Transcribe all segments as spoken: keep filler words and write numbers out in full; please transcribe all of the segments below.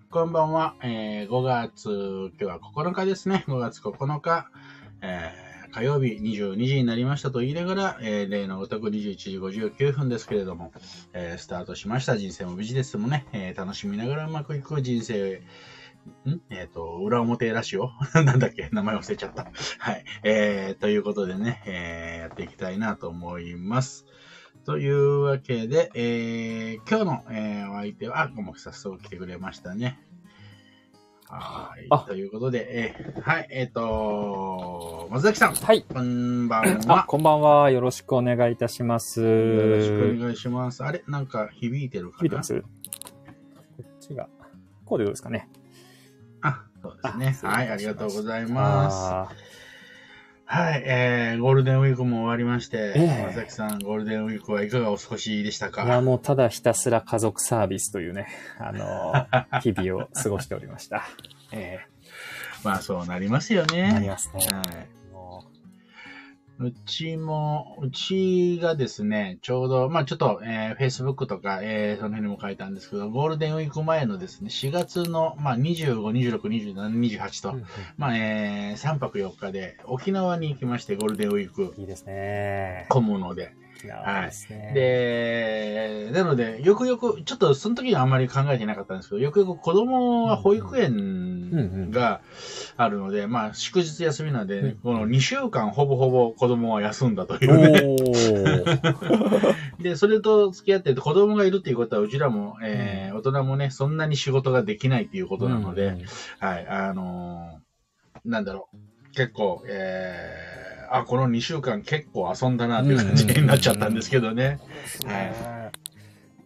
こんばんは。えー、ごがつ、今日はここのかですね。ごがつここのか、えー、火曜日にじゅうにじになりましたと言いながら、えー、例のごとくにじゅういちじごじゅうきゅうふんですけれども、えー、スタートしました。人生もビジネスもね、えー、楽しみながらうまくいく人生、んえっ、ー、と、裏表ラジオなんだっけ名前忘れちゃった。はい。えー、ということでね、えー、やっていきたいなと思います。というわけで、えー、今日の、えー、お相手は、あ、もう早速来てくれましたね。はい。ということで、えー、はい、えっ、ー、と、松崎さん。 はい。 こんばんは。 あ、こんばんは。よろしくお願いいたします。 よろしくお願いします。あれなんか響いてるかな？ 響いてます？こっちが、こうでどうですかね。 あ、そうですね。はい、ありがとうございます。はい、えー、ゴールデンウィークも終わりまして、えー、松崎さん、ゴールデンウィークはいかがお過ごしでしたか？ いや、もうただひたすら家族サービスというね、あのー、日々を過ごしておりました。 えー、まあそうなりますよね。 なりますね。はい。 うちも、うちがですね、ちょうど、まあちょっと、えー、Facebook とか、えー、その辺にも書いたんですけど、ゴールデンウィーク前のですね、しがつの、まあにじゅうご、にじゅうろく、にじゅうなな、にじゅうはちと、うんうん、まあえー、さんぱくよっかで沖縄に行きまして、ゴールデンウィーク。 いいですね。 混むので。 はい。 で、なので、よくよく、ちょっとその時はあんまり考えてなかったんですけど、よくよく子供は保育園があるので、うんうん、まあ祝日休みなので、うんうん、このにしゅうかんほぼほぼ子供は休んだというね。で、それと付き合って子供がいるっていうことは、うちらも、えーうん、大人もね、そんなに仕事ができないっていうことなので、うんうん、はい、あのー、なんだろう、結構、えーあ、このにしゅうかん結構遊んだなっていう感じになっちゃったんですけどね。 はい。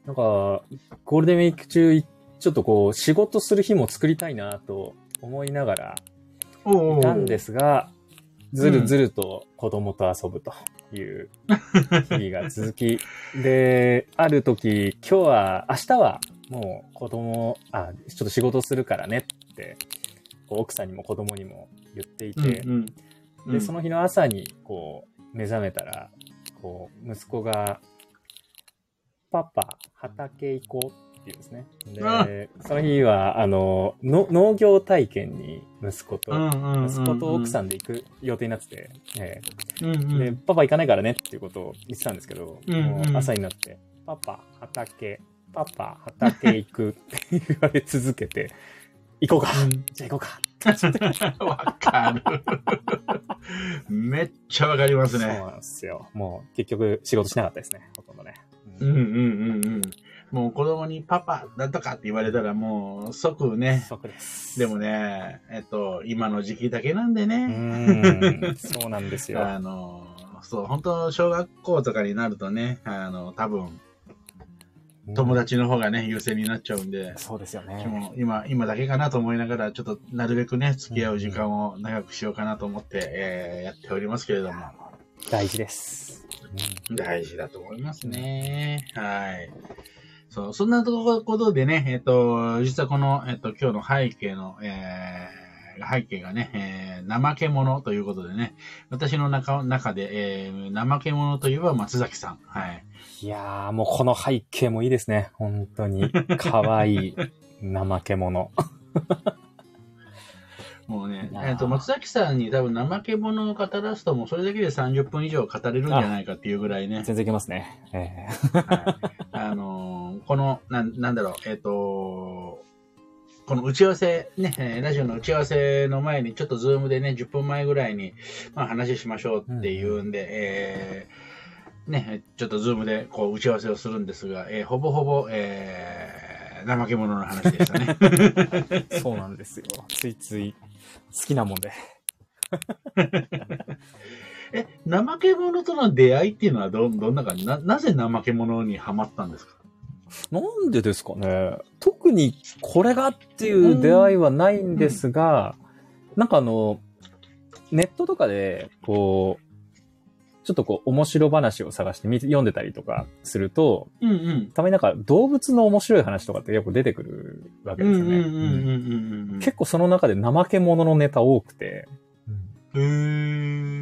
なんか、ゴールデンウィーク中、ちょっとこう、仕事する日も作りたいなと思いながらいたんですが、ずるずると子供と遊ぶという日々が続き、うん、で、ある時、今日は、明日はもう子供、あ、ちょっと仕事するからねって、奥さんにも子供にも言っていて、うんうんで、その日の朝に、こう、目覚めたら、こう、息子が、パパ、畑行こうって言うんですね。で、その日は、あの、の農業体験に息子と、息子と奥さんで行く予定になってて、えーうんうん、で、パパ行かないからねっていうことを言ってたんですけど、うんうん、もう朝になって、パパ、畑、パパ、畑行くって言われ続けて、行こうか、うん、じゃあ行こうか。 わかる。めっちゃわかりますね。 そうなんですよ。もう結局仕事しなかったですね。ほとんどね。 うんうんうんうん。もう子供にパパなんとかって言われたらもう即ね。 即です。 でもね、えっと、今の時期だけなんでね。 うんそうなんですよ。 あの、そう、本当小学校とかになるとね、あの、多分、友達の方がね、優先になっちゃうんで。 そうですよね。 も今、今だけかなと思いながら、ちょっとなるべくね、付き合う時間を長くしようかなと思って、うんえー、やっておりますけれども。 大事です。 うん、大事だと思いますね。はい。そう、そんなことでね、えっと、実はこの、えっと、今日の背景の、えー、背景がね、えー、怠け者ということでね、私の中、中で、えー、怠け者といえば松崎さん。はい。 いやー、もうこの背景もいいですね。本当に。かわいい。怠け者。 もうね、えっと、松崎さんに多分怠け者を語らすともうそれだけでさんじゅっぷん以上語れるんじゃないかっていうぐらいね。 全然いけますね。 えーはい、あのー、この、な、なんだろう、えっと、この打ち合わせ、ね、ラジオの打ち合わせの前にちょっとズームでね、じゅっぷんまえぐらいに、まあ話しましょうっていうんで、うん、えー、ね、ちょっとズームでこう打ち合わせをするんですが、えー、ほぼほぼ、えー、怠け者の話でしたね。 そうなんですよ。ついつい好きなもんで。 え、怠け者との出会いっていうのはど、どんな感じな、なぜ怠け者にハマったんですか？ なんでですかね。特にこれがっていう出会いはないんですが、うん、なんかあの、ネットとかで、こう、ちょっとこう、面白話を探して読んでたりとかすると、うんうん、たまになんか動物の面白い話とかってよく出てくるわけですよね。結構その中で怠け者のネタ多くて、 うん、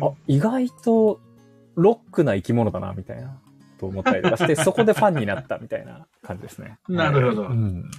あ、意外とロックな生き物だな、みたいな、と思ったりとかして、そこでファンになったみたいな感じですね。 なるほど。うん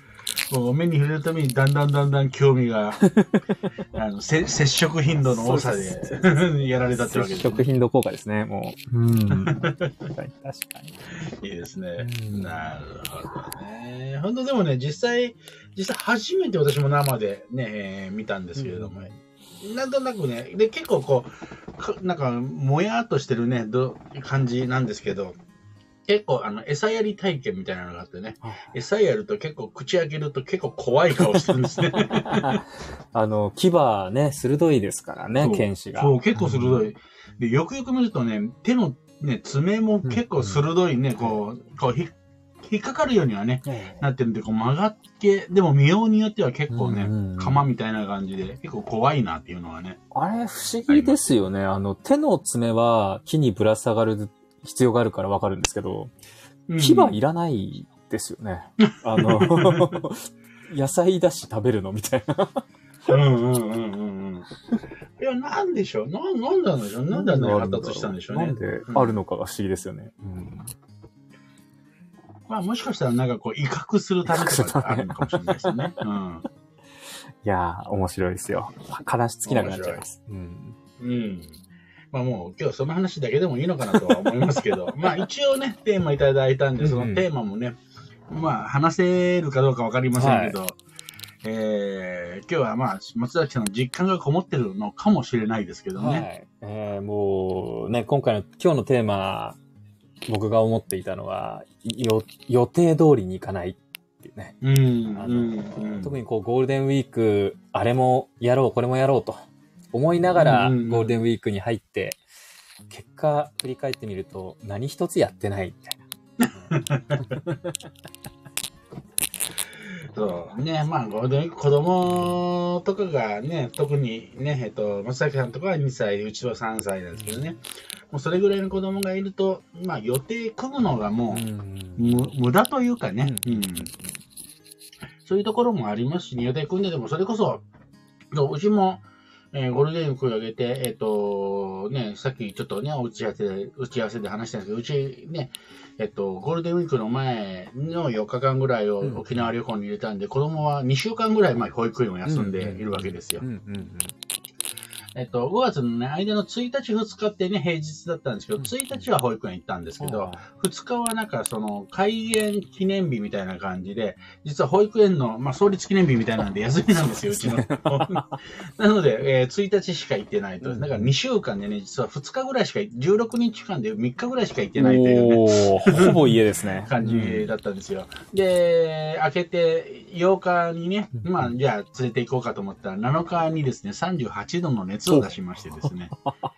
もう目に触れるためにだんだんだんだん興味が、あの、接触頻度の多さでやられたってわけです、ね。 接触頻度効果ですね、もう。うん。確かに。確かに。いいですね。なるほどね。本当でもね、実際、実際初めて私も生でね、えー、見たんですけれども、うん、なんとなくね、で、結構こう、なんか、もやっとしてるね、ど感じなんですけど、結構、あの、餌やり体験みたいなのがあってね、餌やると結構口開けると結構怖い顔してるんですね。 あの、牙ね、鋭いですからね、剣士が。 そう、結構鋭い。で、よくよく見るとね、手のね、爪も結構鋭いね、うん、こう、こうひ、引っかかるようにはね、うん、なってるんで、こう曲がって、でも見ようによっては結構ね、うんうん、鎌みたいな感じで、結構怖いなっていうのはね。 あれ、不思議ですよね。あの、手の爪は木にぶら下がる必要があるからわかるんですけど、牙いらないですよね。うん、あの、野菜だし食べるのみたいな。 うんうんうんうんうん。いや、なんでしょう。な、なんなんでしょう。なんであんなに発達したんでしょうね。 なんであるのかが不思議ですよね。うん、 まあ、もしかしたらなんかこう、威嚇するためとかあるのかもしれないですね。うん。 いやー、面白いですよ。話尽きなくなっちゃいます。 うん。うん。まあもう今日その話だけでもいいのかなとは思いますけど、まあ一応ね、テーマいただいたんで、そのテーマもね、うんうん、まあ話せるかどうかわかりませんけど、はい、えー、今日はまあ松崎さんの実感がこもってるのかもしれないですけどね。はい、 えー、もうね、今回の今日のテーマ、僕が思っていたのは、よ予定通りにいかないっていうね。うんあのうん、特にこうゴールデンウィーク、あれもやろう、これもやろうと。思いながらゴールデンウィークに入って、うんうん、結果振り返ってみると何一つやってないみたいな。 そうね、まあゴールデンウィーク子供とかがね、特にね、えっと、松崎さんとかはにさい、うちはさんさいなんですけどね、もうそれぐらいの子供がいると、まあ予定組むのがもう、うん、無, 無駄というかね、うんうん、そういうところもありますし、ね、予定組んでてもそれこそ、うちも、えー、ゴールデンウィークを挙げて、えっ、ー、と、ね、さっきちょっとね、打ち合わせで、打ち合わせで話したんですけど、うちね、えっ、ー、と、ゴールデンウィークの前のよっかかんぐらいを沖縄旅行に入れたんで、うん、子供はにしゅうかんぐらい前保育園を休んでいるわけですよ。えっと、ごがつのね、間のついたち、ふつかってね、平日だったんですけど、ついたちは保育園行ったんですけど、ふつかはなんかその、開園記念日みたいな感じで、実は保育園の、まあ、創立記念日みたいなんで休みなんですよ、うちの。なので、えー、ついたちしか行ってないと。だからにしゅうかんでね、実はふつかぐらいしか、じゅうろくにちかんでみっかぐらいしか行ってないというね。 ほぼ家ですね。 感じだったんですよ。うん、で、明けてようかにね、まあ、じゃあ連れて行こうかと思ったら、なのかにですね、さんじゅうはちどの熱を出しましてですね。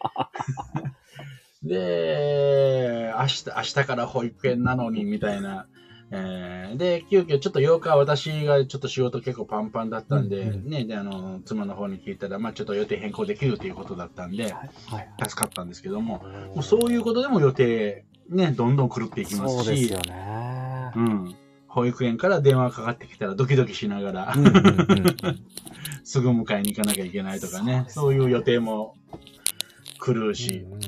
で、明日、明日から保育園なのに、みたいな。えー、で、急遽ちょっとようか私がちょっと仕事結構パンパンだったんで、うんうん、ね、で、あの、妻の方に聞いたら、まあちょっと予定変更できるということだったんで、はいはい、助かったんですけども、もうそういうことでも予定、ね、どんどん狂っていきますし、 そうですよね。 うん。保育園から電話かかってきたらドキドキしながら、すぐ迎えに行かなきゃいけないとかね、そういう予定も来るし、うんうん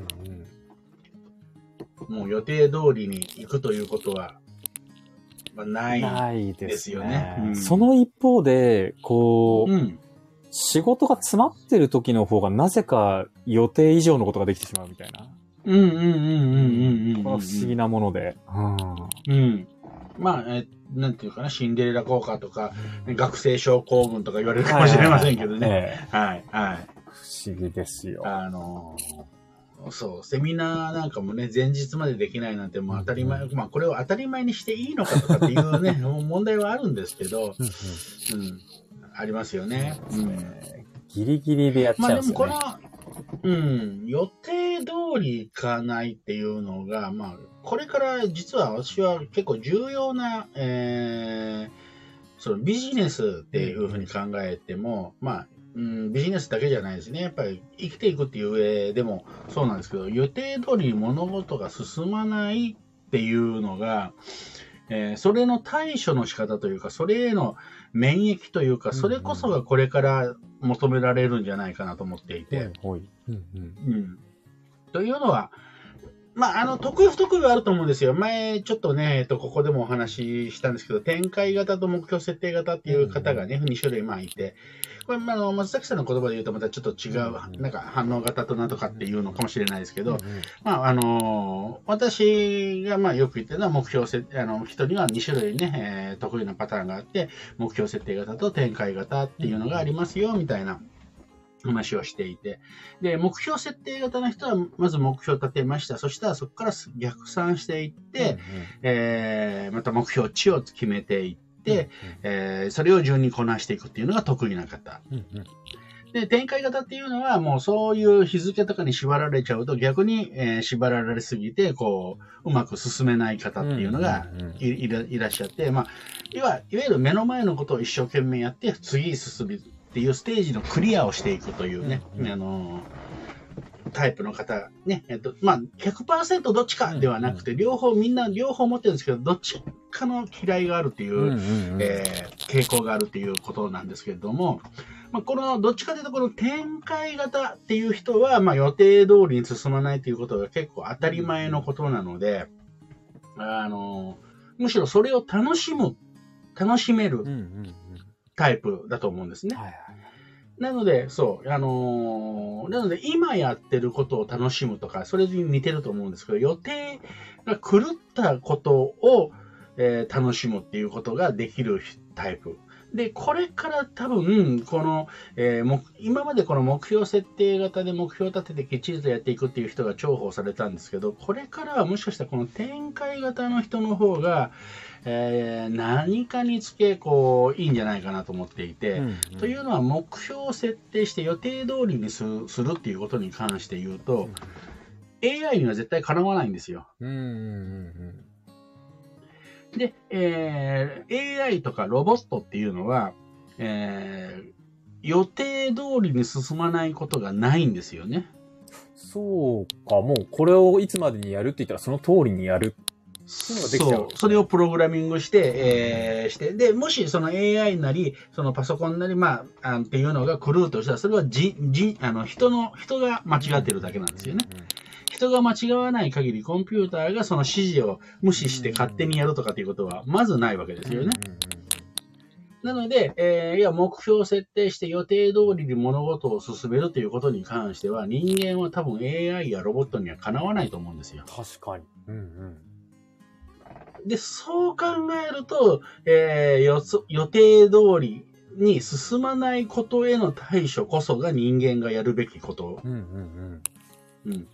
うん、もう予定通りに行くということは、まあ、ないですよね。ないですね。 うん、その一方で、こう、うん、仕事が詰まってる時の方がなぜか予定以上のことができてしまうみたいな。 うんうんうんうんうんうん。 これは不思議なもので。 うん。うんまあ、え、なんていうかな、シンデレラ効果とか、学生症候群とか言われるかもしれませんけどね。はい、はい。 不思議ですよ。 あのー、そう、セミナーなんかもね、前日までできないなんてもう当たり前、うん、まあこれを当たり前にしていいのかとかっていうね、問題はあるんですけど、うん、うん、ありますよね。うん、 ギリギリでやっちゃうんですよね。 まあでもこの、うん、予定通りいかないっていうのが、まあ、これから実は私は結構重要な、えー、そのビジネスっていうふうに考えても、まあ、うん、ビジネスだけじゃないですね。やっぱり生きていくっていう上でもそうなんですけど、予定通りに物事が進まないっていうのが、えー、それの対処の仕方というか、それへの免疫というか、それこそがこれから求められるんじゃないかなと思っていて。うんうんうん、というのは、 まあ、あの、得意不得意はあると思うんですよ。前、ちょっとね、えっと、ここでもお話ししたんですけど、展開型と目標設定型っていう方がね、に種類まあいて、これ、まあ、あの、松崎さんの言葉で言うとまたちょっと違う、 うんなんか反応型となんとかっていうのかもしれないですけど、 うんうんまあ、あの、私がまあよく言ってるのは目標設定、あの、人にはに種類ね、えー得意なパターンがあって、目標設定型と展開型っていうのがありますよ、みたいな話をしていて。で、目標設定型の人は、まず目標を立てました。そしたらそこから逆算していって、 うんうんえーまた目標値を決めていって、 うんうんえーそれを順にこなしていくっていうのが得意な方。 うんうんで、展開型っていうのは、もうそういう日付とかに縛られちゃうと、逆に、えー縛られすぎて、こう、うまく進めない方っていうのがうんうんうんい,、いらいらっしゃって、まあ、いわいわゆる目の前のことを一生懸命やって、次進むっていうステージのクリアをしていくというね、 うんうんあのタイプの方、ね、えっと、まあ、ひゃくパーセント どっちかではなくて、両方、みんな両方持ってるんですけど、どっちかの嫌いがあるっていう、 うんうんうんえー傾向があるっていうことなんですけれども、まあ、この、どっちかというと、この展開型っていう人は、まあ、予定通りに進まないということが結構当たり前のことなので、あの、むしろそれを楽しむ、楽しめるうんうんうんタイプだと思うんですね。 はいはいなので、そう、あのーなので、今やってることを楽しむとか、それに似てると思うんですけど、予定が狂ったことを、えー楽しむっていうことができるタイプ。で、これから多分、この、えーも今までこの目標設定型で目標を立ててきっちりとやっていくっていう人が重宝されたんですけど、これからはもしかしたらこの展開型の人の方が、えー何かにつけ、こう、いいんじゃないかなと思っていて、 うんうんというのは目標を設定して予定通りにするするっていうことに関して言うと、エーアイ には絶対かなわないんですよ。 うんうんうんで、えー エーアイ とかロボットっていうのは、えー予定通りに進まないことがないんですよね。 そうか、もうこれをいつまでにやるって言ったらその通りにやる。そういうのができちゃうそう、それをプログラミングして、えーして、で、もしその エーアイ なり、そのパソコンなり、まあ、あっていうのが狂うとしたら、それはじ、じ、あの、人の、人が間違ってるだけなんですよね。人が間違わない限り、コンピューターがその指示を無視して勝手にやるとかっていうことは、まずないわけですよね。なので、えーいや、目標を設定して予定通りに物事を進めるということに関しては、人間は多分 エーアイ やロボットにはかなわないと思うんですよ。 確かに。うんうんで、そう考えると、えー予想予定通りに進まないことへの対処こそが人間がやるべきこと。 うんうんうん。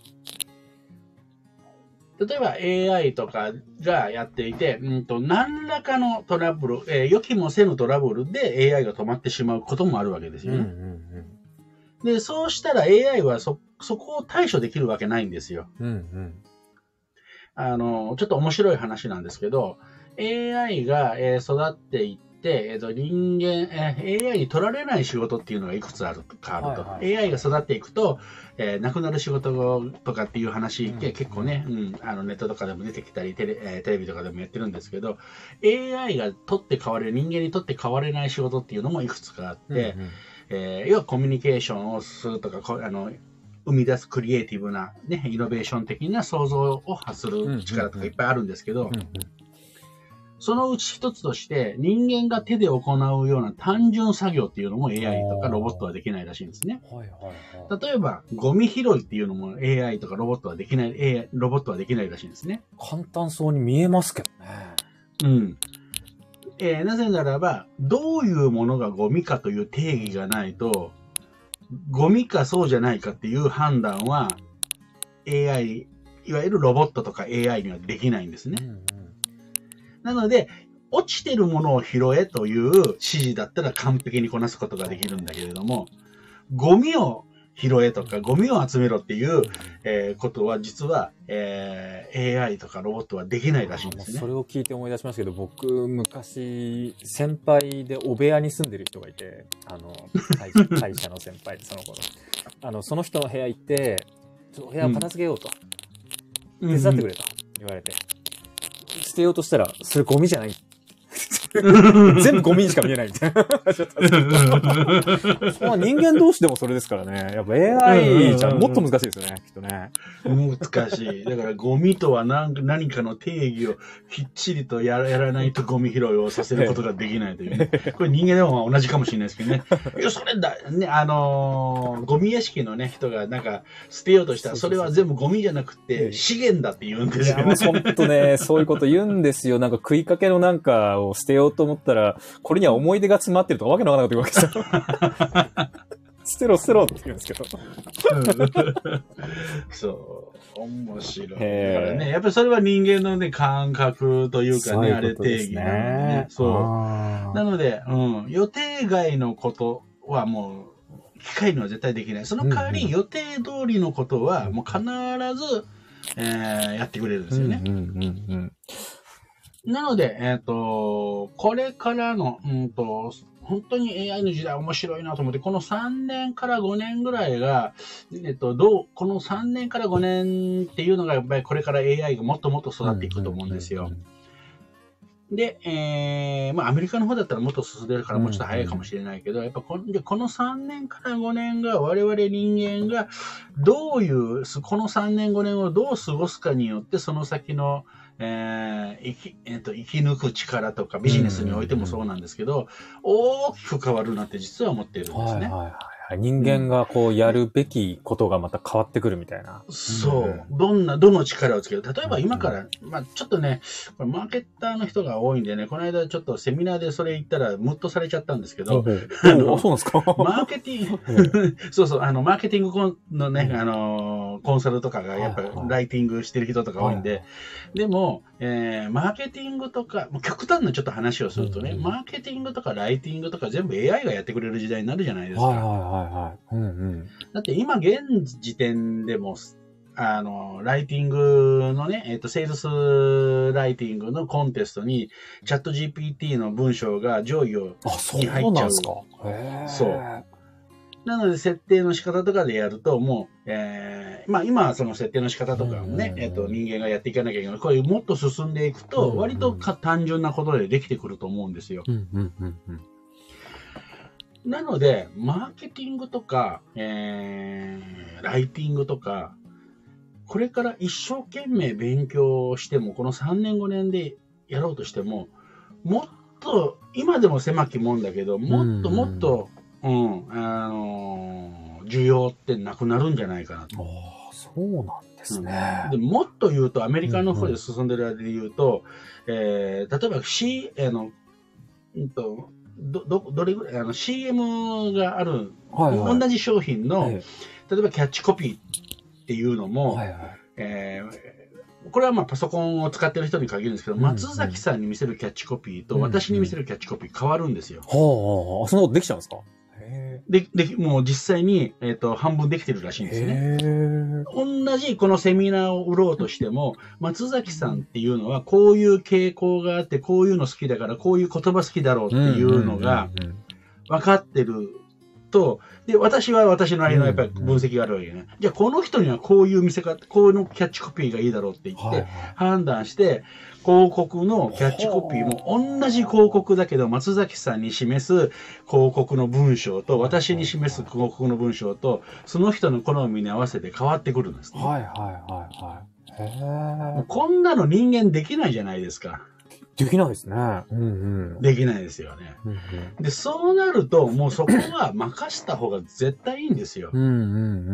例えば エーアイ とかがやっていて、うんと、何らかのトラブル、えー予期もせぬトラブルで エーアイ が止まってしまうこともあるわけですうん。うんよね。 うんで、そうしたら エーアイ はそ、そこを対処できるわけないんですよ。 うん。うんうんあの、ちょっと面白い話なんですけど、エーアイ が、えー育っていって、えーと、人間、えー エーアイ に取られない仕事っていうのがいくつあるかあると。 はいはいエーアイ が育っていくと、えーなくなる仕事とかっていう話って、 うん結構ね、うん、あのネットとかでも出てきたりテレ、えーテレビとかでもやってるんですけど、エーアイ が取って代われる、人間に取って代われない仕事っていうのもいくつかあって、 うんうんえー要はコミュニケーションをするとか、こあの生み出すクリエイティブな、ね、イノベーション的な想像を発する力とかいっぱいあるんですけど、 うんうんそのうち一つとして人間が手で行うような単純作業っていうのも エーアイ とかロボットはできないらしいんですね。 はいはいはい。 例えば、ゴミ拾いっていうのも エーアイ とかロボットはできない、エーアイ ロボットはできないらしいんですね。 簡単そうに見えますけどね。 うん。えーなぜならば、どういうものがゴミかという定義がないと、ゴミかそうじゃないかっていう判断は エーアイ、いわゆるロボットとか エーアイ にはできないんですね。 うんうんなので、落ちてるものを拾えという指示だったら完璧にこなすことができるんだけれども、ゴミを拾えとか、ゴミを集めろっていう、えーことは実は、えー エーアイ とかロボットはできないらしいんですね。 それを聞いて思い出しましたけど、僕、昔、先輩でお部屋に住んでる人がいて、あの、会社会社の先輩で、その頃。あの、その人の部屋行って、ちょっと部屋を片付けようと。手伝ってくれと言われて。捨てようとしたら、それゴミじゃない。 全部ゴミにしか見えないみたいな。まあ人間同士でもそれですからね。やっぱ エーアイ じゃもっと難しいですよね、きっとね。 難しい。だからゴミとは何何かの定義をきっちりとやらやらないとゴミ拾いをさせることができないというね。これ人間でも同じかもしれないですけどね。いや、それだ、ね、あのー、ゴミ屋敷のね、人がなんか捨てようとしたら、それは全部ゴミじゃなくて資源だって言うんですよね。いや、 ほんとね、そういうこと言うんですよ。なんか食いかけのなんかを捨てようと思ったら、これには思い出が詰まってるとかわけのわからないこと言うわけですよ。捨てろ捨てろって言うんですけど。 そう。面白い。だからね、やっぱりそれは人間のね、感覚というかね、ううねあれ定義なんでね。そう。なので、うん、予定外のことはもう、機械には絶対できない。その代わり、予定通りのことは、もう必ず、えー、やってくれるんですよね。うんうんうんうんなので、えっと、これからの、うんと、本当に エーアイ の時代面白いなと思って、このさんねんからごねんぐらいが、えっと、どう、このさんねんからごねんっていうのが、やっぱりこれから エーアイ がもっともっと育っていくと思うんですよ。で、えー、まあアメリカの方だったらもっと進んでるからもうちょっと早いかもしれないけど、やっぱこの、このさんねんからごねんが我々人間がどういう、このさんねんごねんをどう過ごすかによって、その先の、えー、生き、えっと、生き抜く力とかビジネスにおいてもそうなんですけど、大きく変わるなって実は思っているんですね。はいはいはい人間がこうやるべきことがまた変わってくるみたいな。 うん、そう。どんな、どの力をつける。例えば今から、まあちょっとね、これマーケッターの人が多いんでね、この間ちょっとセミナーでそれ言ったらムッとされちゃったんですけど、 あの、そうなんですかマーケティング、そうそう、あの、マーケティングコンのね、あの、コンサルとかがやっぱりライティングしてる人とか多いんで、でも、えー、マーケティングとか、極端なちょっと話をするとね、マーケティングとかライティングとか全部 エーアイ がやってくれる時代になるじゃないですか。はいはいはいはい。うんうん、だって今現時点でも、あの、ライティングのね、えっと、セールスライティングのコンテストに、チャット ジーピーティー の文章が上位を、に入っちゃう。あ、そうなんですか。へー。そう。なので、設定の仕方とかでやると、もう、えー、まあ今はその設定の仕方とかもね、えっと、人間がやっていかなきゃいけない。これもっと進んでいくと、割とか単純なことでできてくると思うんですよ。うんうんうんうんなので、マーケティングとか、えー、ライティングとか、これから一生懸命勉強しても、このさんねんごねんでやろうとしても、もっと、今でも狭きもんだけど、もっともっと、うん、うん、あのー、需要ってなくなるんじゃないかなと。ああ、そうなんですね、 うんで。もっと言うと、アメリカの方で進んでる間で言うと、うんうん、えー、例えば C、あの、うんと、ど、ど、どれぐらい、あの、シーエム がある、はいはい、同じ商品の、はい、例えばキャッチコピーっていうのも、はいはいえー、これはまあパソコンを使ってる人に限るんですけど、うんうん、松崎さんに見せるキャッチコピーと私に見せるキャッチコピー変わるんですよ。 は、うんうん、あ、そんなことできちゃうんですかで、で、もう実際に、えっと、半分できてるらしいんですよね。同じこのセミナーを売ろうとしても、松崎さんっていうのはこういう傾向があって、こういうの好きだから、こういう言葉好きだろうっていうのが分かってると、で、私は私なりのやっぱり分析があるわけね。うんうん、じゃあこの人にはこういう見せ方、こういうキャッチコピーがいいだろうって言って、判断して、広告のキャッチコピーも同じ広告だけど、松崎さんに示す広告の文章と、私に示す広告の文章と、その人の好みに合わせて変わってくるんですね。はいはいはいはい。へー。こんなの人間できないじゃないですか。 できないですね。うんうん。 できないですよね。うんうん、で、そうなると、もうそこは任した方が絶対いいんですよ。うんうんうんうん。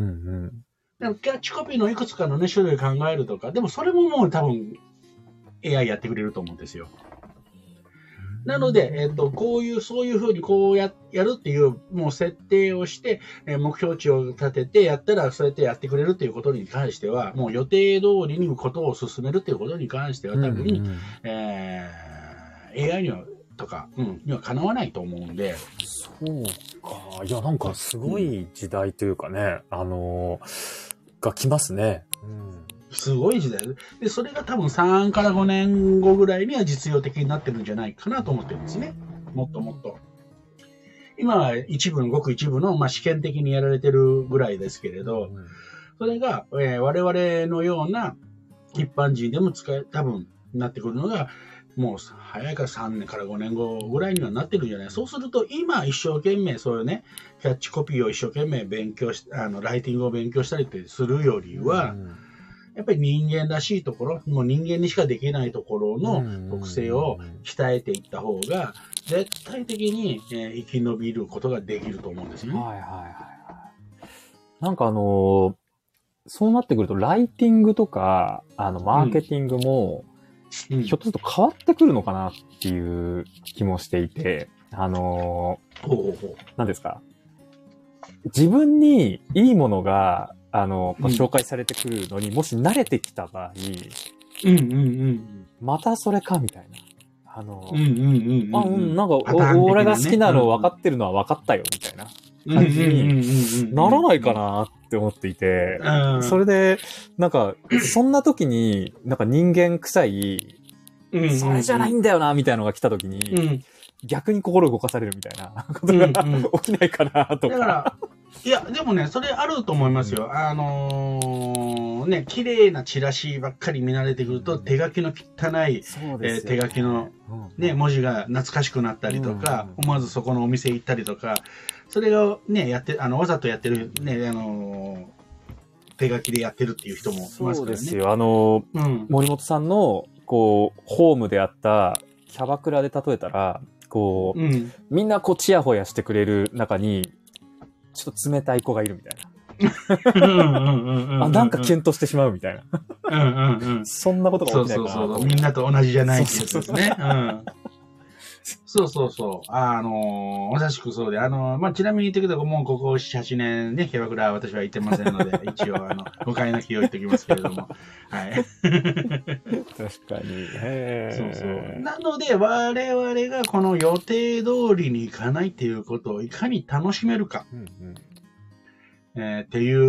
でもキャッチコピーのいくつかのね、種類考えるとか、でもそれももう多分、エーアイ やってくれると思うんですよ。なので、えっと、こういう、そういうふうにこうや、やるっていう、もう設定をして、え目標値を立ててやったら、そうやってやってくれるっていうことに関しては、もう予定通りにことを進めるっていうことに関しては、多分、うんうん、えー、エーアイ には、とか、うん、にはかなわないと思うんで。 そうか。いや、なんかすごい時代というかね、うん、あのー、が来ますね。うんすごい時代で、それが多分さんからごねんごぐらいには実用的になってるんじゃないかなと思ってるんですね。もっともっと。今は一部の、ごく一部の、まあ、試験的にやられてるぐらいですけれど、それが、えー、我々のような一般人でも使え、多分なってくるのが、 もう早いからさんねんからごねんごぐらいにはなってるんじゃない。そうすると今一生懸命そういうね、キャッチコピーを一生懸命勉強し、あの、ライティングを勉強したりってするよりは、うんやっぱり人間らしいところ、もう人間にしかできないところの特性を鍛えていった方が、絶対的に、えー、生き延びることができると思うんですよね。 はいはいはいはい。なんかあのー、そうなってくると、ライティングとか、あの、マーケティングも、うん、ひょっとすると変わってくるのかなっていう気もしていて、あのー、ほうほうほう何ですか？自分にいいものが、あの、うん、紹介されてくるのに、もし慣れてきた場合、 うんうんうん、 またそれかみたいな。あの、 うんうんうんうん、 あ、うん、なんか、ね、俺が好きなの分かってるのは分かったよ、みたいな感じにならないかなって思っていて、それで、なんか、そんな時に、なんか人間臭い、それじゃないんだよな、みたいなのが来た時に、うん、逆に心動かされるみたいなことが、うんうん、起きないかな、とか。 だからいや、でもね、それあると思いますよ。うん、あのー、ね、綺麗なチラシばっかり見慣れてくると、うん、手書きの汚い、ねえー、手書きの、ね、文字が懐かしくなったりとか、うん、思わずそこのお店行ったりとか、それがね、やって、あの、わざとやってる、ね、あのー、手書きでやってるっていう人もいますからね。 そうですよ。あのー、うん、森本さんの、こう、ホームであったキャバクラで例えたら、こう、うん、みんなこう、チヤホヤしてくれる中に、ちょっと冷たい子がいるみたいな。あ、なんかキュンとしてしまうみたいな。うんうんうん、そんなことが起きないかな。 そうそうそう。みんなと同じじゃないってやつですね。そうそうそう。あのー、まさしくそうで、あのー、まあ、ちなみに言ってくと、もうここなな、はちねんね、キャバクラ私は行ってませんので、一応、あの、誤解なきを言っておきますけれども。はい。確かに。 へそうそう。なので、我々がこの予定通りに行かないっていうことをいかに楽しめるか。うんうんえー、っていう、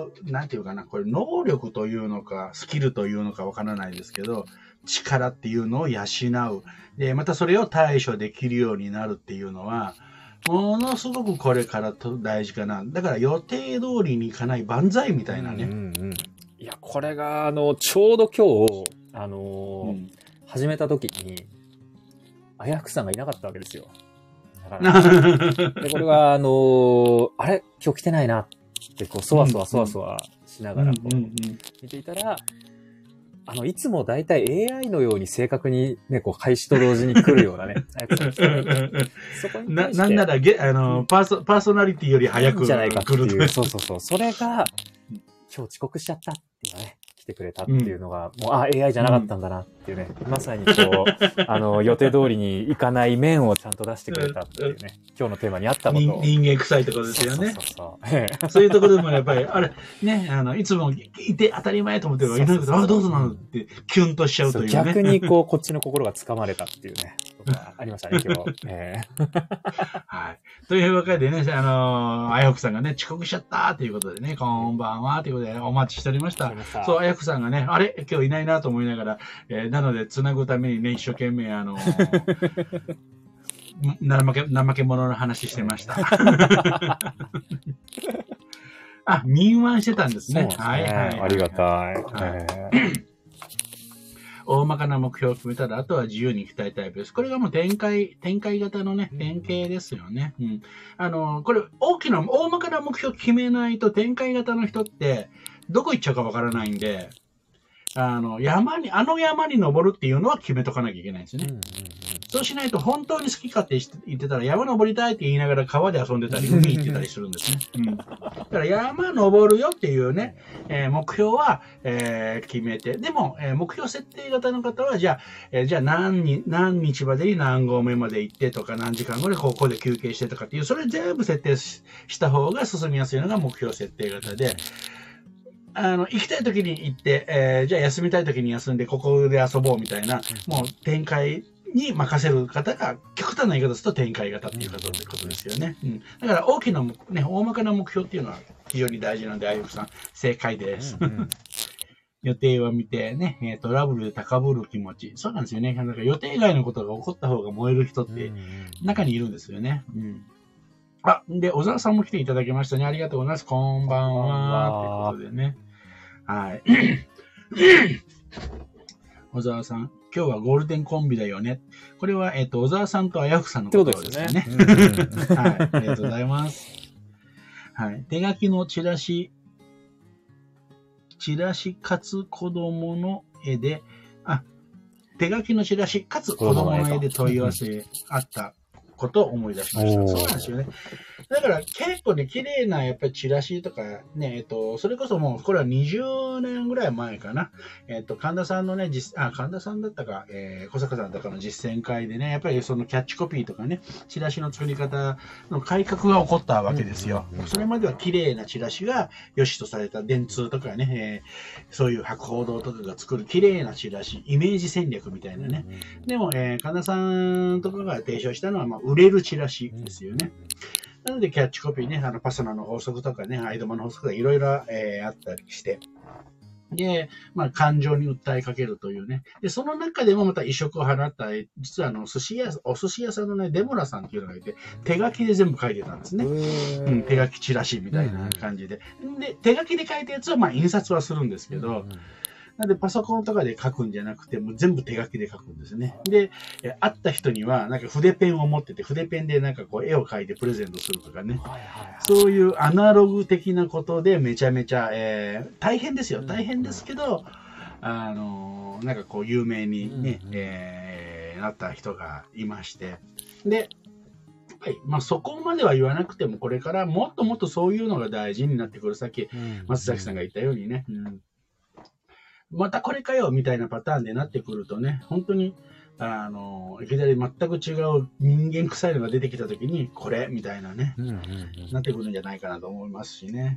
なんていうかな、これ能力というのか、スキルというのかわからないですけど、力っていうのを養う。で、またそれを対処できるようになるっていうのは、ものすごくこれからと大事かな。だから予定通りにいかない万歳みたいなね。うんうんうん、 いや、これが、あの、ちょうど今日、あのーうん、始めた時に、あやふくさんがいなかったわけですよ。だからでこれが、あのー、あれ今日来てないなって、こう、そわそわそわそわしながら、こう、見ていたら、あの、いつもだいたい エーアイ のように正確にね、こう、開始と同時に来るようなね。 そこにな、なんならゲ、あの、パーソ、パーソナリティより早くじゃないかっていう。そうそうそう。それが、今日遅刻しちゃったっていうね、来てくれたっていうのが、うん、もう、あ、エーアイ じゃなかったんだなっていうね。うん、まさにこう、あの、予定通りにいかない面をちゃんと出してくれたっていうね、今日のテーマにあったこと。 人間臭いところですよね。そうそうそう。そういうところでもやっぱり、あれ、ね、あの、いつもいて当たり前と思ってるから、いないけど、あ、どうぞなのって、キュンとしちゃうというね。 逆にこう、こっちの心が掴まれたっていうね、ことがありましたね、今日。えー、 はい。というわけでね、あの、あやふくさんがね、遅刻しちゃったということでね、こんばんはということで、ね、お待ちしておりました。そう、あやふくさんがね、あれ今日いないなと思いながら、えー、なので、つなぐためにね、一生懸命、あのー、怠け、怠け者の話してました。あ、民話してたんですね。 そうですね。はいはい、はい。ありがたい。はい、 大まかな目標を決めたら、あとは自由に行きたいタイプです。これがもう展開、展開型のね、典型ですよね。うん。あの、これ、大きな、大まかな目標を決めないと、展開型の人って、どこ行っちゃうかわからないんで、あの、山に、あの山に登るっていうのは決めとかなきゃいけないんですね。うんうんうん、そうしないと本当に好き勝手言ってたら山登りたいって言いながら川で遊んでたり、海行ってたりするんですね。うん、だから山登るよっていうね、えー、目標は、えー、決めて、でも、えー、目標設定型の方は、じゃあ、えー、じゃあ何日、何日までに何合目まで行ってとか、何時間後でここで休憩してとかっていう、それ全部設定した方が進みやすいのが目標設定型で、あの、行きたい時に行って、えー、じゃあ休みたい時に休んで、ここで遊ぼうみたいな、もう展開に任せる方が、極端な言い方すると展開型っていうことですよね。うん。だから大きな、ね、大まかな目標っていうのは非常に大事なので、あゆふさん、正解です。うんうん、予定を見てね、トラブルで高ぶる気持ち。そうなんですよね。なんか予定外のことが起こった方が燃える人って中にいるんですよね。うん。あ、で、小沢さんも来ていただきましたね。ありがとうございます。こんばんは。ということでね。はい。小沢さん、 今日はゴールデンコンビだよね。これは、えっ、ー、と、小沢さんとあやふさんのことですよね。 そうですね。 はい。ありがとうございます。はい。手書きのチラシ、チラシかつ子供の絵で、あ、手書きのチラシかつ子供の絵で問い合わせあったことを思い出しました。そうなんですよね。だから結構ね、綺麗なやっぱりチラシとかね、えっと、それこそもう、これはにじゅうねんぐらい前かな。えっと、神田さんのね、実、あ、神田さんだったか、えー、小坂さんだったかの実践会でね、やっぱりそのキャッチコピーとかね、チラシの作り方の改革が起こったわけですよ。それまでは綺麗なチラシが良しとされた電通とかね、えー、そういう博報堂とかが作る綺麗なチラシ、イメージ戦略みたいなね。でも、えー、神田さんとかが提唱したのは、まあ、売れるチラシですよね。なので、キャッチコピーね、あの、パソナの法則とかね、アイドマの法則がいろいろ、えー、あったりして、で、まあ、感情に訴えかけるというね。で、その中でもまた異色を放った、実はあの、寿司屋、お寿司屋さんのね、デモラさんっていうのがいて、手書きで全部書いてたんですね。うん、手書きチラシみたいな感じで。で、手書きで書いたやつは、まあ、印刷はするんですけど、うんなんで、パソコンとかで書くんじゃなくて、もう全部手書きで書くんですね。で、え会った人には、なんか筆ペンを持ってて、筆ペンでなんかこう絵を描いてプレゼントするとかね。はいはいはい、そういうアナログ的なことでめちゃめちゃ、えー、大変ですよ。大変ですけど、あのー、なんかこう有名にね、うんうん、えー、なった人がいまして。で、はい。まあ、そこまでは言わなくても、これからもっともっとそういうのが大事になってくる。さっき、松崎さんが言ったようにね。うんまたこれかよみたいなパターンでなってくるとね、本当に、あの、いきなり全く違う人間臭いのが出てきたときに、これみたいなね、うんうんうん、なってくるんじゃないかなと思いますしね。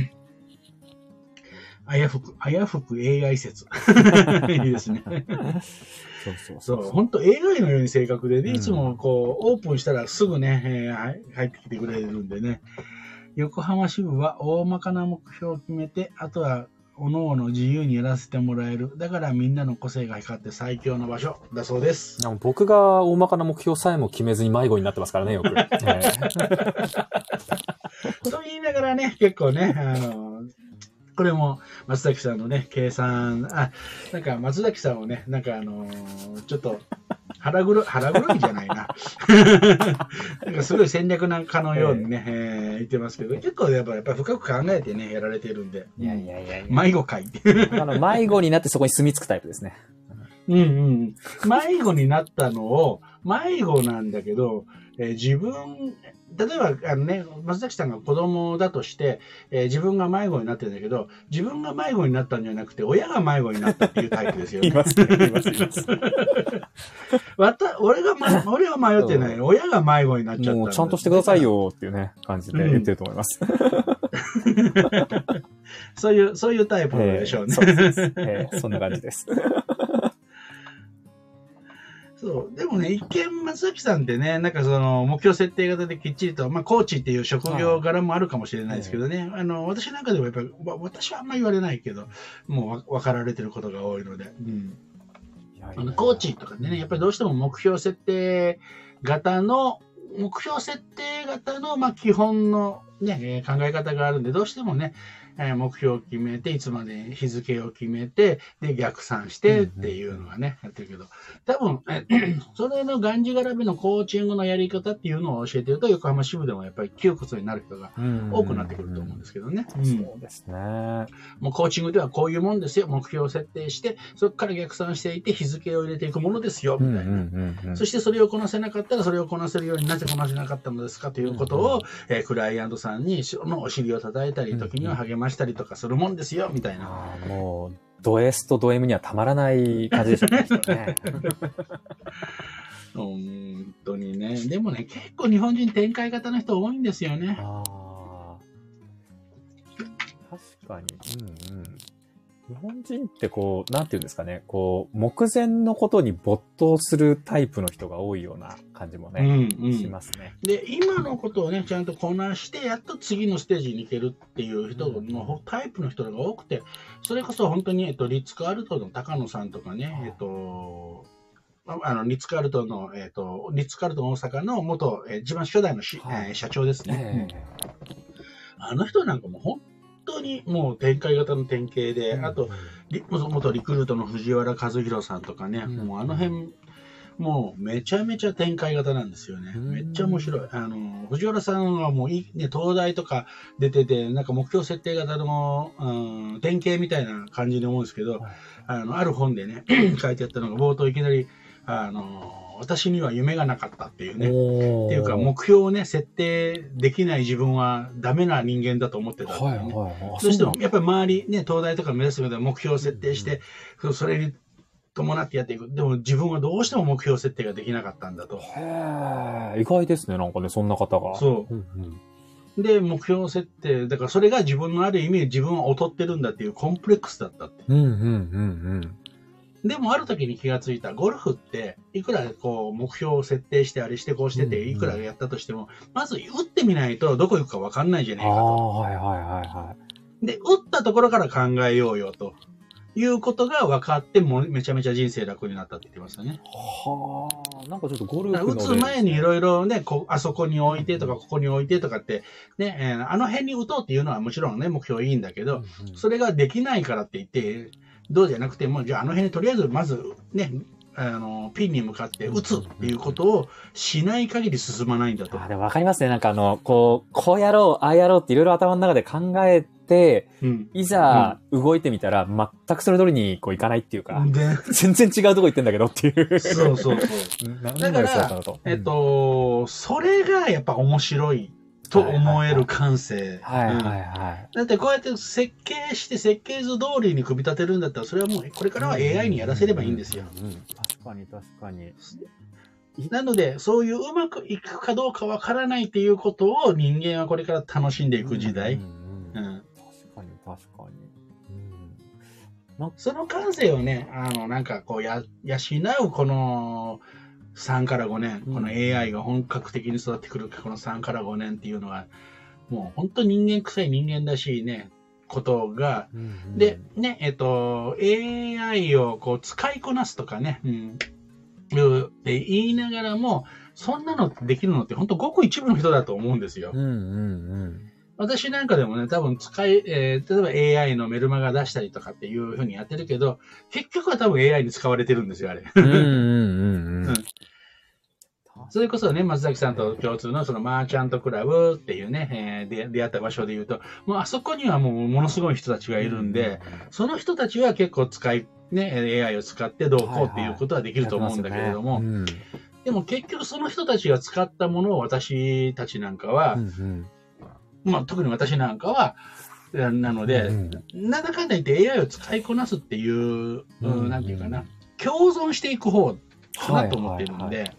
あやふく、あやふく エーアイ 説。いいですね。そうそうそう。そう、本当 エーアイ のように正確でね、いつもこう、オープンしたらすぐね、えー、入ってきてくれるんでね。横浜支部は大まかな目標を決めて、あとは、おのおの自由にやらせてもらえる。だからみんなの個性が光って最強の場所だそうです。 僕が大まかな目標さえも決めずに迷子になってますからね、よく。 と言いながらね、結構ね、あの、これも松崎さんのね、計算、あ、なんか松崎さんをね、なんかあのー、ちょっと、腹黒い、腹黒いじゃないな。なんかすごい戦略なんかのようにね、えーえー、言ってますけど、結構やっぱやっぱ深く考えてね、やられてるんで。 いやいやいやいや。 迷子会。 あの迷子になってそこに住み着くタイプですね。 うんうん。迷子になったのを、迷子なんだけど、えー、自分、例えば、あのね、松崎さんが子供だとして、えー、自分が迷子になってるんだけど、自分が迷子になったんじゃなくて、親が迷子になったっていうタイプですよね。 いますね、います、います。 わた俺が、ま、俺は迷ってない。親が迷子になっちゃったんだ。 もうちゃんとしてくださいよっていうね、感じで言ってると思います。 うん、そういう、そういうタイプでしょうね。 えー、そうです、えー。そんな感じです。 そう。でもね、一見松崎さんってね、なんかその目標設定型できっちりと、まあコーチっていう職業柄もあるかもしれないですけどね、あの、私なんかでもやっぱり、私はあんまり言われないけど、もう分かられてることが多いので、うん。いやいやいやコーチとかね、やっぱりどうしても目標設定型の、目標設定型の、まあ基本のね、考え方があるんで、どうしてもね、目標を決めて、いつまで日付を決めて、で、逆算してっていうのがね、やってるけど、多分、それのがんじがらめのコーチングのやり方っていうのを教えてると、横浜支部でもやっぱり窮屈になる人が多くなってくると思うんですけどね。 うん、そうですね。 もうコーチングではこういうもんですよ。目標を設定して、そこから逆算していって日付を入れていくものですよ、みたいな。そしてそれをこなせなかったら、それをこなせるようになぜこなせなかったのですかということを、えー、クライアントさんにのお尻を叩いたり、時には励ましたりとかするもんですよ、みたいな。 あもう、ド S とド M にはたまらない感じでしょうね。 本当にね。でもね、結構日本人展開型の人多いんですよね。 あ確かに。うんうん。日本人ってこう、なんていうんですかね、こう、目前のことに没頭するタイプの人が多いような感じもね、うんうん、しますね。 で、今のことをね、ちゃんとこなして、やっと次のステージに行けるっていう人のタイプの人が多くて、それこそ本当に、えっと、リッツ・カールトンの高野さんとかね、えっと、あの、リッツ・カールトンの、えっと、リッツ・カールトン大阪の元、えー、一番初代のし、はい、えー、社長ですね、うん。あの人なんかも本当にもう展開型の典型で、うん、あと、 元リクルートの藤原和弘さんとかね、うん、もうあの辺、もうめちゃめちゃ展開型なんですよね。めっちゃ面白い。あの、藤原さんはもういい、ね、東大とか出てて、なんか目標設定型の、うん、典型みたいな感じに思うんですけど、はい、あの、ある本でね、書いてあったのが冒頭いきなり、あの、私には夢がなかったっていうね。っていうか、目標をね、設定できない自分はダメな人間だと思ってたんだよね。はいはいはい、どうしても、やっぱり周り、ね、東大とか目指す上では目標を設定して、うんうん、それに伴ってやっていく。でも自分はどうしても目標設定ができなかったんだと。 へー、意外ですね、なんかね、そんな方が。 そう。うんうん、で、目標設定、だからそれが自分のある意味、自分は劣ってるんだっていうコンプレックスだったって。 うんうんうんうん。 でもある時に気がついた。ゴルフって、いくらこう目標を設定してあれしてこうしてて、いくらやったとしても、まず打ってみないとどこ行くか分かんないじゃないかと。 あはいはいはいはい。 で、打ったところから考えようよということが分かって、もうめちゃめちゃ人生楽になったって言ってましたね。 はあ、なんかちょっとゴルフの、 ね、打つ前にいろいろねこ、あそこに置いてとか、ここに置いてとかって、ね、えー、あの辺に打とうっていうのはもちろんね、目標いいんだけど、うんうん、それができないからって言って、どうじゃなくても、じゃああの辺にとりあえずまずね、あの、ピンに向かって打つっていうことをしない限り進まないんだと。 あ、でもわかりますね。なんかあの、こう、こうやろう、ああやろうっていろいろ頭の中で考えて、うん、いざ動いてみたら、全くそれ通りにこういかないっていうか、全然違うとこ行ってんだけどっていう。 そうそうそう。だから、えっと、それがやっぱ面白い。と思える感性。 はいはいはい。 だってこうやって設計して設計図通りに組み立てるんだったら、それはもうこれからは エーアイ にやらせればいいんですよ。 うんうんうん、確かに確かに。 なので、そういううまくいくかどうかわからないっていうことを人間はこれから楽しんでいく時代。うんうんうんうん、確かに確かに。 うん、その感性をね、あの、なんかこうや、養うこの、さんからごねん、この エーアイ が本格的に育ってくるこのさんからごねんっていうのは、もう本当人間臭い人間らしいね、ことが、うんうん、で、ね、えっと、エーアイ をこう使いこなすとかね、うん、って言いながらも、そんなのできるのって本当ごく一部の人だと思うんですよ。 うんうんうん、 私なんかでもね、多分使い、えー、例えば エーアイ のメルマガ出したりとかっていうふうにやってるけど、結局は多分 エーアイ に使われてるんですよ、あれ。うんうんうんうんそれこそね、松崎さんと共通のそのマーチャントクラブっていうね、えー、で出会った場所で言うと、もうあそこにはもうものすごい人たちがいるんで、その人たちは結構使い、ね、エーアイ を使ってどうこうっていうことはできると思うんだけれども、はいはいねうん、でも結局その人たちが使ったものを私たちなんかは、うんうんまあ、特に私なんかは、なので、うんうん、なんだかんだ言って エーアイ を使いこなすっていう、うんうん、なんていうかな、共存していく方かなと思っているので、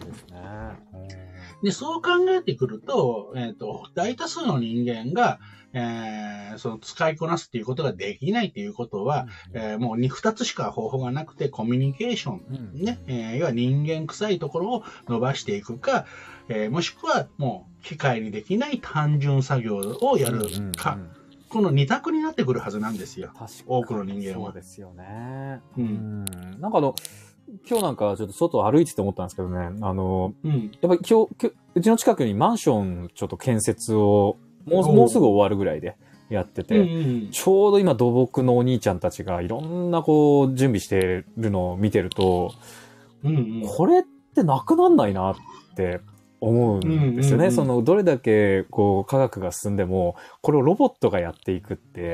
で、そう考えてくると、えっと、大多数の人間が、えー、その使いこなすっていうことができないっていうことは、うんうんえー、もう二つしか方法がなくて、コミュニケーション、うんうん、ね、えー、要は人間臭いところを伸ばしていくか、えー、もしくはもう機械にできない単純作業をやるか、うんうんうん、この二択になってくるはずなんですよ。多くの人間は。 そうですよね。うん。なんかあの、今日なんかちょっと外歩いてて思ったんですけどね、あの、うん、やっぱり今日、うちの近くにマンションちょっと建設をもう、もうすぐ終わるぐらいでやってて、うんうん、ちょうど今土木のお兄ちゃんたちがいろんなこう準備してるのを見てると、うんうん、これってなくなんないなって思うんですよね。うんうんうん、そのどれだけこう科学が進んでも、これをロボットがやっていくって、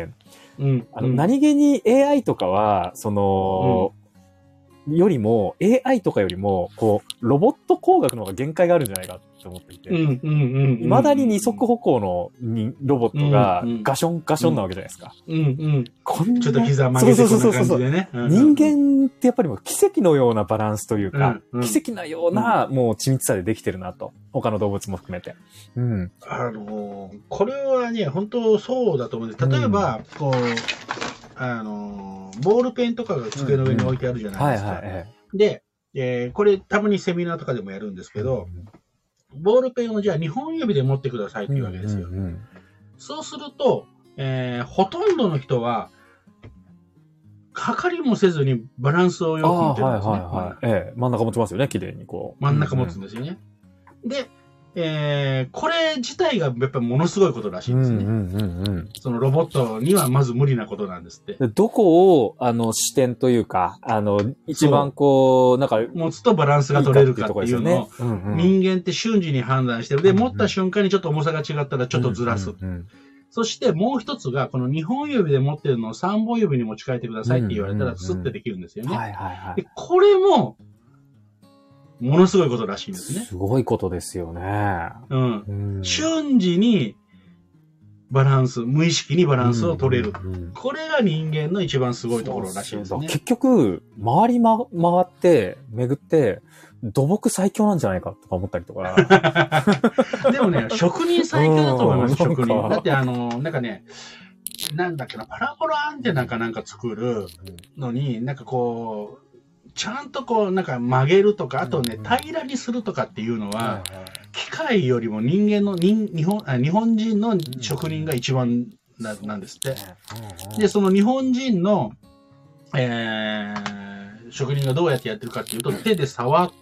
うんうん、あの何気に エーアイ とかは、その、うんよりも、エーアイ とかよりも、こう、ロボット工学の方が限界があるんじゃないかって思っていて。未だに二足歩行のロボットがガションガションなわけじゃないですか。 うんうん。こんなちょっと膝曲げてこんな感じでね。 人間ってやっぱりもう奇跡のようなバランスというか、うんうん、奇跡のようなもう緻密さでできてるなと。他の動物も含めて。うん。 あのー、これはね、本当そうだと思うんです。例えば、うん、こう、あの、ボールペンとかが机の上に置いてあるじゃないですか。で、えー、これたまにセミナーとかでもやるんですけど、うん、ボールペンをじゃあにほん指で持ってくださいっていうわけですよ。うんうんうん、そうすると、えー、ほとんどの人は、かかりもせずにバランスをよく持ってるんですね。 はいはいはい。ええ、真ん中持ちますよね、綺麗にこう。 真ん中持つんですよね。うんうん、で、 えー、これ自体がやっぱりものすごいことらしいんですね。うんうんうんうん、そのロボットにはまず無理なことなんですって。 どこを、あの、視点というか、あの、一番こう、なんか、 持つとバランスが取れるかっていうのを、人間って瞬時に判断してる。で、持った瞬間にちょっと重さが違ったらちょっとずらす。うんうんうん、そしてもう一つが、このにほん指で持ってるのをさんぼん指に持ち替えてくださいって言われたらスッてできるんですよね。はいはいはい。で、これも、ものすごいことらしいんですね。 すごいことですよね。 うん。うん、瞬時にバランス、無意識にバランスを取れる。うんうんうん、これが人間の一番すごいところらしいですね。 結局、回り、ま、回って、巡って、土木最強なんじゃないかとか思ったりとか。 でもね、職人最強だと思います、職人。だってあの、なんかね、なんだっけな、パラボラアンテナかなんか作るのに、なんかこう、ちゃんとこう、なんか曲げるとか、あとね、平らにするとかっていうのは、機械よりも人間の、人、日本、あ日本人の職人が一番ななんですって。で、その日本人の、えー、職人がどうやってやってるかっていうと、手で触って、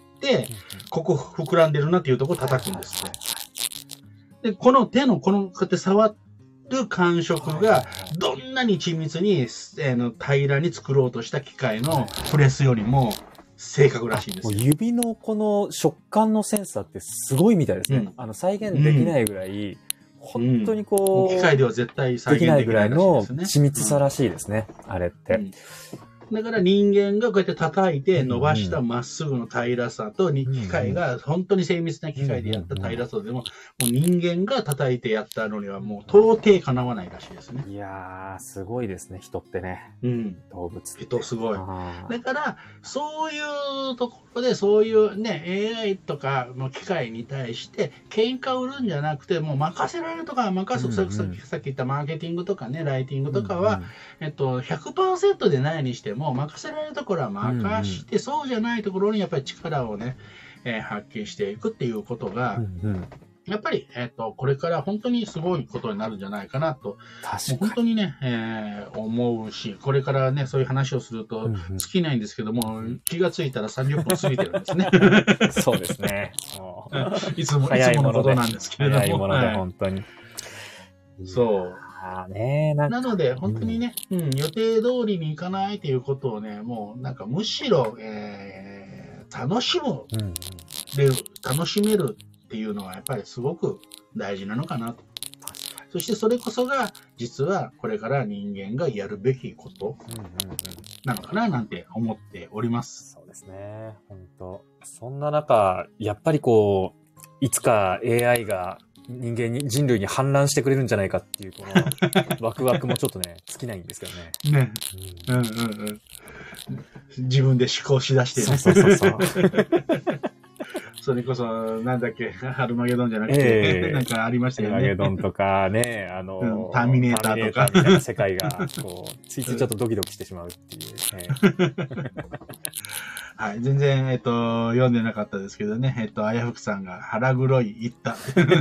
ここ膨らんでるなっていうところを叩くんですって。で、この手の、この、こうやって触る感触が、どんなに緻密に、えー、の平らに作ろうとした機械のプレスよりも正確らしいんですよ。 指のこの食感のセンサーってすごいみたいですね。うん、あの再現できないぐらい、うん、本当にこう、 うん、機械では絶対再現できないできないぐらいの緻密さらしいですね、うん、あれって。うんだから人間がこうやって叩いて伸ばしたまっすぐの平らさと、機械が本当に精密な機械でやった平らさでも、もう人間が叩いてやったのにはもう到底かなわないらしいですね。 いやー、すごいですね、人ってね。 うん。 動物って。 人すごい。だから、そういうところで、そういうね、エーアイ とかの機械に対して喧嘩を売るんじゃなくて、もう任せられるとか任す、うんうん、さっき言ったマーケティングとかね、ライティングとかは、うんうん、えっと、ひゃくパーセント でないにしても、任せられるところは任して、うんうん、そうじゃないところにやっぱり力をね、えー、発揮していくっていうことが、うんうん、やっぱり、えっと、これから本当にすごいことになるんじゃないかなと、もう本当にね、えー、思うし、これからね、そういう話をすると尽きないんですけども、うんうん、気がついたらさんじゅっぷん過ぎてるんですね。 そうですね。 いつも、いつものことなんですけれども。 早いもので、本当に。 そう。 あね、なんかなので、本当にね、うん、予定通りにいかないということをね、もうなんかむしろ、えー、楽しむ、うんうん、で、楽しめるっていうのはやっぱりすごく大事なのかなと。そしてそれこそが、実はこれから人間がやるべきことなのかななんて思っております。 そうですね、本当。そんな中、やっぱりこう、いつか エーアイ が人間に、人類に反乱してくれるんじゃないかっていう、この、ワクワクもちょっとね、尽きないんですけどね。 ね。うん、うん、うんうん。自分で思考しだしてね。 そうそうそうそう。 それこそ、なんだっけ、ハルマゲドンじゃなくて、えー、なんかありましたよね。 ハルマゲドンとかね、あの、 うん、ターミネーターとか。 ターミネーターみたいな世界が、こう、ついついちょっとドキドキしてしまうっていう、ね。 はい。全然、えっと、読んでなかったですけどね。えっと、あやふくさんが腹黒い言った。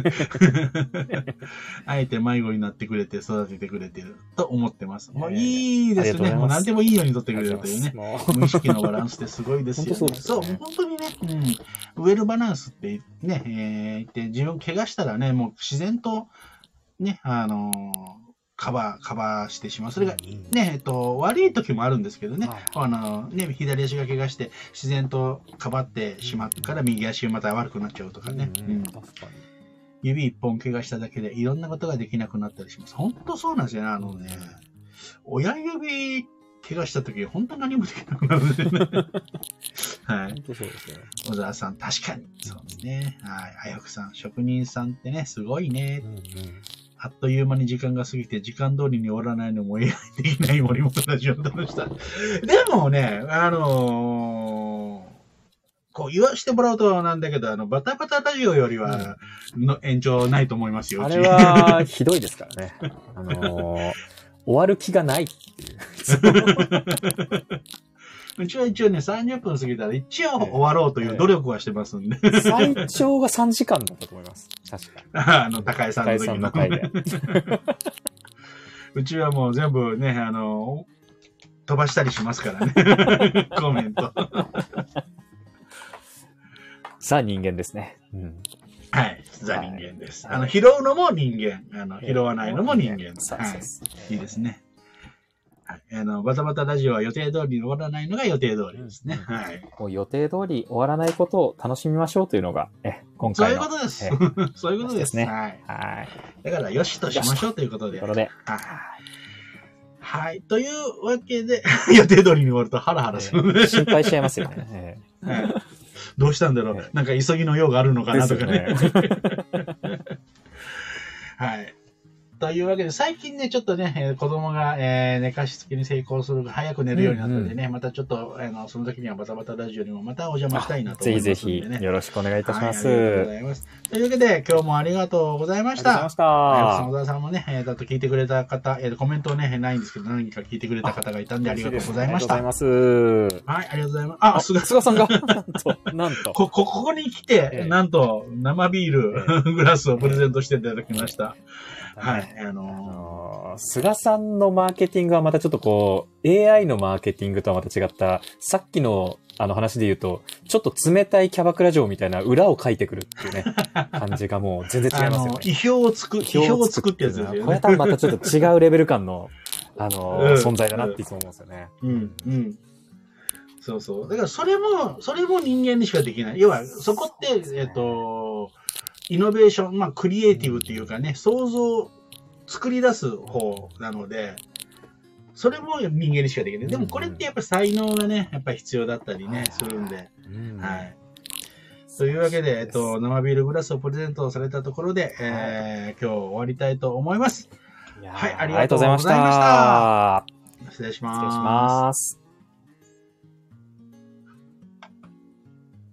あえて迷子になってくれて育ててくれてると思ってます。もういいですね。もう何でもいいように取ってくれるというね。無意識のバランスってすごいですよね。そうですね。そう、本当にね、うん。ウェルバランスってね、えー、言って自分怪我したらね、もう自然と、ね、あのー、カバー、カバーしてしまう。それが、ね、えっと、悪い時もあるんですけどね。はい、あの、ね、左足が怪我して、自然とかばってしまってから、右足がまた悪くなっちゃうとかね。うんうん、確かに指一本怪我しただけで、いろんなことができなくなったりします。本当そうなんですよね。あのね、親指怪我した時、本当何もできなくなるんですね。はい。 本当そうですね。 小沢さん、確かに。そうですね。はい。あやふくさん、職人さんってね、すごいね。うんうん、あっという間に時間が過ぎて、時間通りに終わらないのも エーアイ できない森本ラジオだました。でもね、あのー、こう言わしてもらうとなんだけど、あの、バタバタラジオよりは、の延長ないと思いますよ。 あれは、ひどいですからね。あのー、終わる気がないっていう。 うちは一応ね、さんじゅっぷん過ぎたら一応終わろうという努力はしてますんで。 えー、最長がさんじかんだったと思います。確か。 あの、高井さんの時の。高井さんの回で。うちはもう全部ね、あの、飛ばしたりしますからね。コメント。 さあ人間ですね。うん、 はい。ザ人間です。はい、あの、拾うのも人間。あの、拾わないのも人間。そうです。いいですね。はい。あの、バタバタラジオは予定通りに終わらないのが予定通りですね。はい。 もう予定通り終わらないことを楽しみましょうというのが、え、今回の。 そういうことです。そういうことですね。はい。はい。だから、よしとしましょうということで。ということで。はい。はい。というわけで、予定通りに終わるとハラハラする、 ね。心配しちゃいますよね。 えーはい、どうしたんだろう、えー、なんか急ぎの用があるのかなとかね。はい。というわけで、最近ね、ちょっとね、えー、子供が、えー、寝かしつけに成功する、早く寝るようになったのでね、うんうん、またちょっと、あの、その時にはバタバタラジオにもまたお邪魔したいなと思いますのでね。ぜひぜひ、 よろしくお願いいたします。 はい、ありがとうございます。というわけで、今日もありがとうございました。ありがとうございました。はい、小田さんもね、えー、だと聞いてくれた方、えー、コメントね、ないんですけど、何か聞いてくれた方がいたんでありがとうございました。ありがとうございます。はい、ありがとうございます。あ、菅さんが、なんと、なんと。 こ、ここに来て、えー、なんと、生ビール、えー、グラスをプレゼントしていただきました。えー、はい、あのー、菅さんのマーケティングはまたちょっとこう、エーアイ のマーケティングとはまた違った、さっきのあの話で言うと、ちょっと冷たいキャバクラ嬢みたいな裏を書いてくるっていうね、感じがもう全然違いますよね。 意表をつく、意表をつくってやつですよね。 これ多分またちょっと違うレベル感の、あのーうん、存在だなっていつも思うんですよね。 うん、うん。そうそう。だからそれも、それも人間にしかできない。要は、そこって、えっと、イノベーション、まあ、クリエイティブっていうかね、想像、作り出す方なので、それも人間にしかできない。でもこれってやっぱ才能がね、やっぱり必要だったりね、するんで。はい。というわけで、えっと、生ビールグラスをプレゼントされたところで、えー、今日終わりたいと思います。はい、ありがとうございました。失礼します。 失礼します。